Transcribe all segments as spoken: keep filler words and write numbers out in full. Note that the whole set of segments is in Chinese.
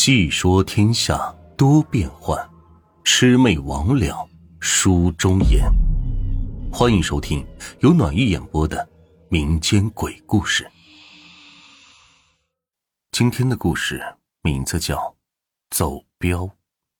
细说天下多变幻，魑魅魍魉书中言。欢迎收听由暖玉演播的民间鬼故事。今天的故事名字叫走镖。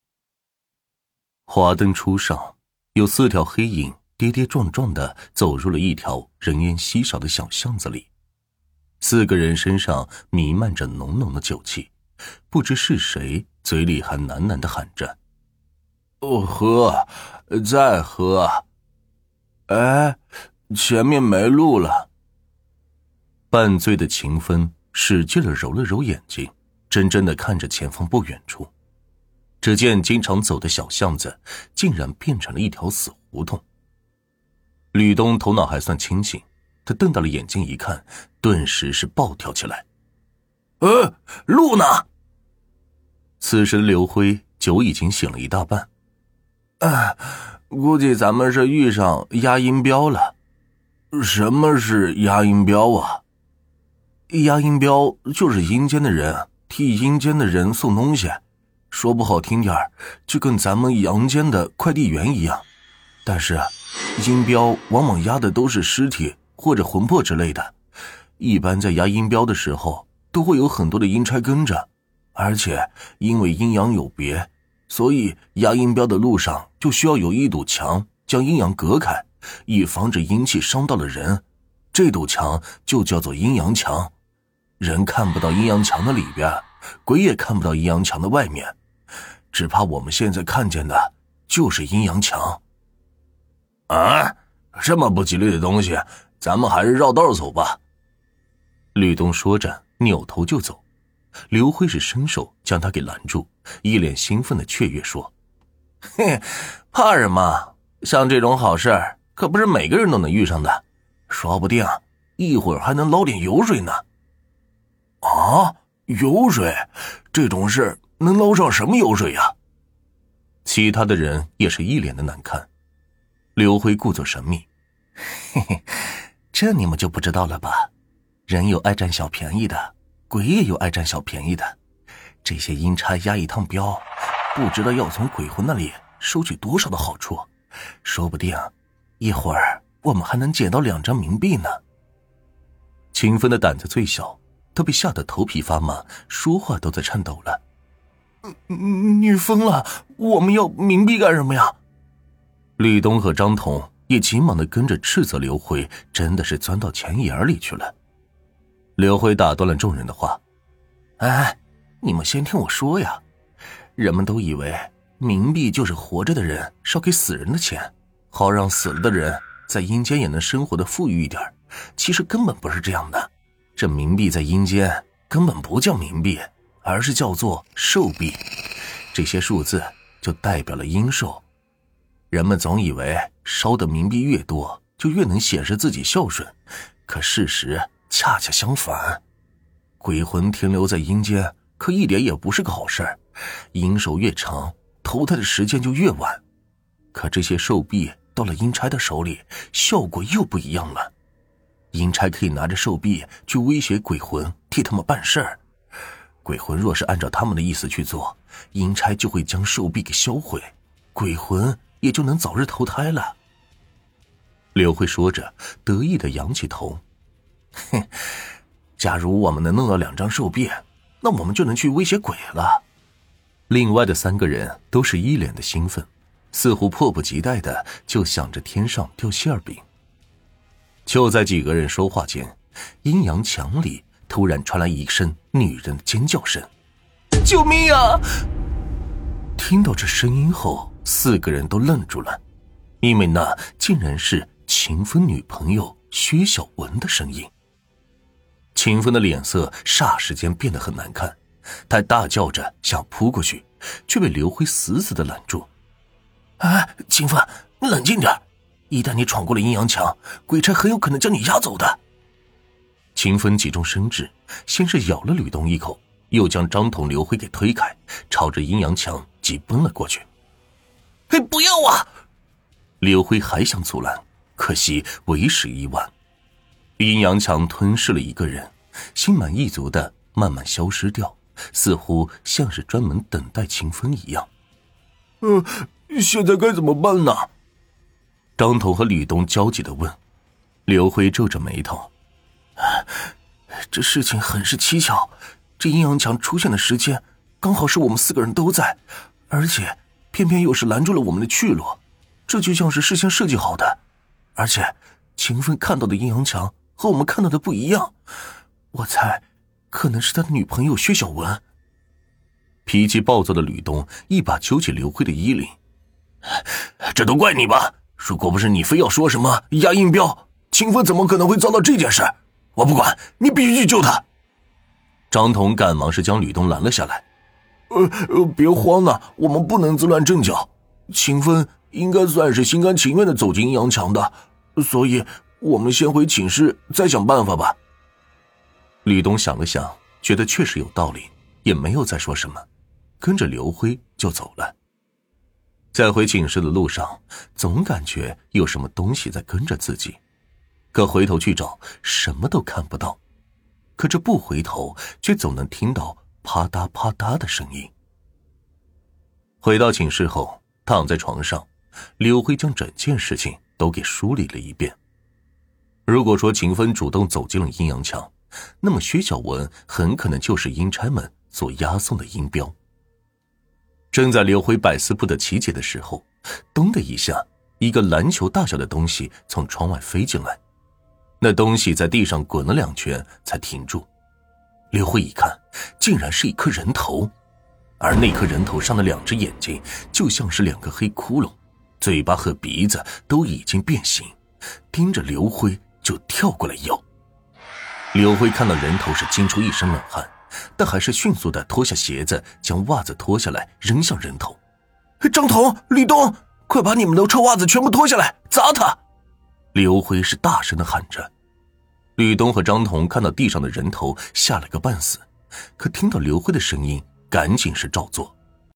华灯初上，有四条黑影跌跌撞撞地走入了一条人烟稀少的小巷子里。四个人身上弥漫着浓浓的酒气，不知是谁嘴里还喃喃地喊着： 哦，喝，再喝。哎，前面没路了。半醉的秦风使劲地揉了揉眼睛，真真地看着前方不远处。只见经常走的小巷子竟然变成了一条死胡同。吕东头脑还算清醒，他瞪大了眼睛一看，顿时是暴跳起来：呃，路呢？此时刘辉酒已经醒了一大半。啊，估计咱们是遇上押阴镖了。什么是押阴镖啊？押阴镖就是阴间的人替阴间的人送东西，说不好听点就跟咱们阳间的快递员一样。但是阴镖往往押的都是尸体或者魂魄之类的，一般在押阴镖的时候都会有很多的阴差跟着，而且因为阴阳有别，所以押阴镖的路上就需要有一堵墙将阴阳隔开，以防止阴气伤到了人。这堵墙就叫做阴阳墙。人看不到阴阳墙的里边，鬼也看不到阴阳墙的外面，只怕我们现在看见的就是阴阳墙。啊，这么不吉利的东西，咱们还是绕道走吧。吕东说着扭头就走，刘辉是伸手将他给拦住，一脸兴奋的雀跃说：嘿，怕什么？像这种好事可不是每个人都能遇上的，说不定一会儿还能捞点油水呢。啊，油水？这种事能捞上什么油水呀？其他的人也是一脸的难看。刘辉故作神秘：嘿嘿，这你们就不知道了吧？人有爱占小便宜的，鬼也有爱占小便宜的。这些阴差押一趟镖，不知道要从鬼魂那里收取多少的好处，说不定一会儿我们还能捡到两张冥币呢。秦风的胆子最小，他被吓得头皮发麻，说话都在颤抖了。你疯了？我们要冥币干什么呀？吕东和张彤也急忙地跟着斥责刘辉，真的是钻到钱眼里去了。刘辉打断了众人的话：哎，你们先听我说呀。人们都以为冥币就是活着的人烧给死人的钱，好让死了的人在阴间也能生活得富裕一点，其实根本不是这样的。这冥币在阴间根本不叫冥币，而是叫做寿币，这些数字就代表了阴寿。人们总以为烧的冥币越多就越能显示自己孝顺，可事实恰恰相反。鬼魂停留在阴间可一点也不是个好事，阴寿越长，投胎的时间就越晚。可这些寿币到了阴差的手里，效果又不一样了。阴差可以拿着寿币去威胁鬼魂，替他们办事儿。鬼魂若是按照他们的意思去做，阴差就会将寿币给销毁，鬼魂也就能早日投胎了。刘辉说着得意地扬起头：哼，假如我们能弄到两张寿币，那我们就能去威胁鬼了。另外的三个人都是一脸的兴奋，似乎迫不及待的就想着天上掉馅饼。就在几个人说话间，阴阳墙里突然传来一声女人的尖叫声：救命啊！听到这声音后，四个人都愣住了，因为那竟然是秦风女朋友薛小文的声音。秦风的脸色霎时间变得很难看，他大叫着想扑过去，却被刘辉死死地拦住。哎，秦风，你冷静点，一旦你闯过了阴阳墙，鬼差很有可能将你押走的。秦风急中生智，先是咬了吕东一口，又将张彤、刘辉给推开，朝着阴阳墙急奔了过去。嘿，不要啊！刘辉还想阻拦，可惜为时已晚。阴阳墙吞噬了一个人，心满意足的慢慢消失掉， 似乎像是专门等待秦风一样。 呃，现在该怎么办呢？ 张彤和吕东焦急地问。刘辉皱着眉头，这事情很是蹊跷，这阴阳墙出现的时间刚好是我们四个人都在，而且偏偏又是拦住了我们的去路，这就像是事先设计好的。而且秦风看到的阴阳墙和我们看到的不一样，我猜可能是他的女朋友薛小文。脾气暴躁的吕东一把揪起刘辉的衣领， 这都怪你吧，如果不是你非要说什么压音标，秦风怎么可能会遭到这件事？我不管，你必须去救他。 张彤赶忙是将吕东拦了下来。 呃呃，别慌呐，我们不能自乱阵脚。秦风应该算是心甘情愿的走进阴阳墙的，所以我们先回寝室再想办法吧。 吕东想了想，觉得确实有道理，也没有再说什么，跟着刘辉就走了。在回寝室的路上，总感觉有什么东西在跟着自己，可回头去找，什么都看不到。可这不回头，却总能听到啪嗒啪嗒的声音。回到寝室后，躺在床上，刘辉将整件事情都给梳理了一遍。如果说秦风主动走进了阴阳墙，那么薛小文很可能就是阴差们所押送的阴标。正在刘辉百思不得其解的时候，咚的一下，一个篮球大小的东西从窗外飞进来，那东西在地上滚了两圈才停住。刘辉一看，竟然是一颗人头，而那颗人头上的两只眼睛就像是两个黑窟窿，嘴巴和鼻子都已经变形，盯着刘辉就跳过来要。刘辉看到人头是惊出一身冷汗，但还是迅速地脱下鞋子，将袜子脱下来扔向人头。张彤、吕东，快把你们的臭袜子全部脱下来，砸他！刘辉是大声地喊着。吕东和张彤看到地上的人头吓了个半死，可听到刘辉的声音，赶紧是照做。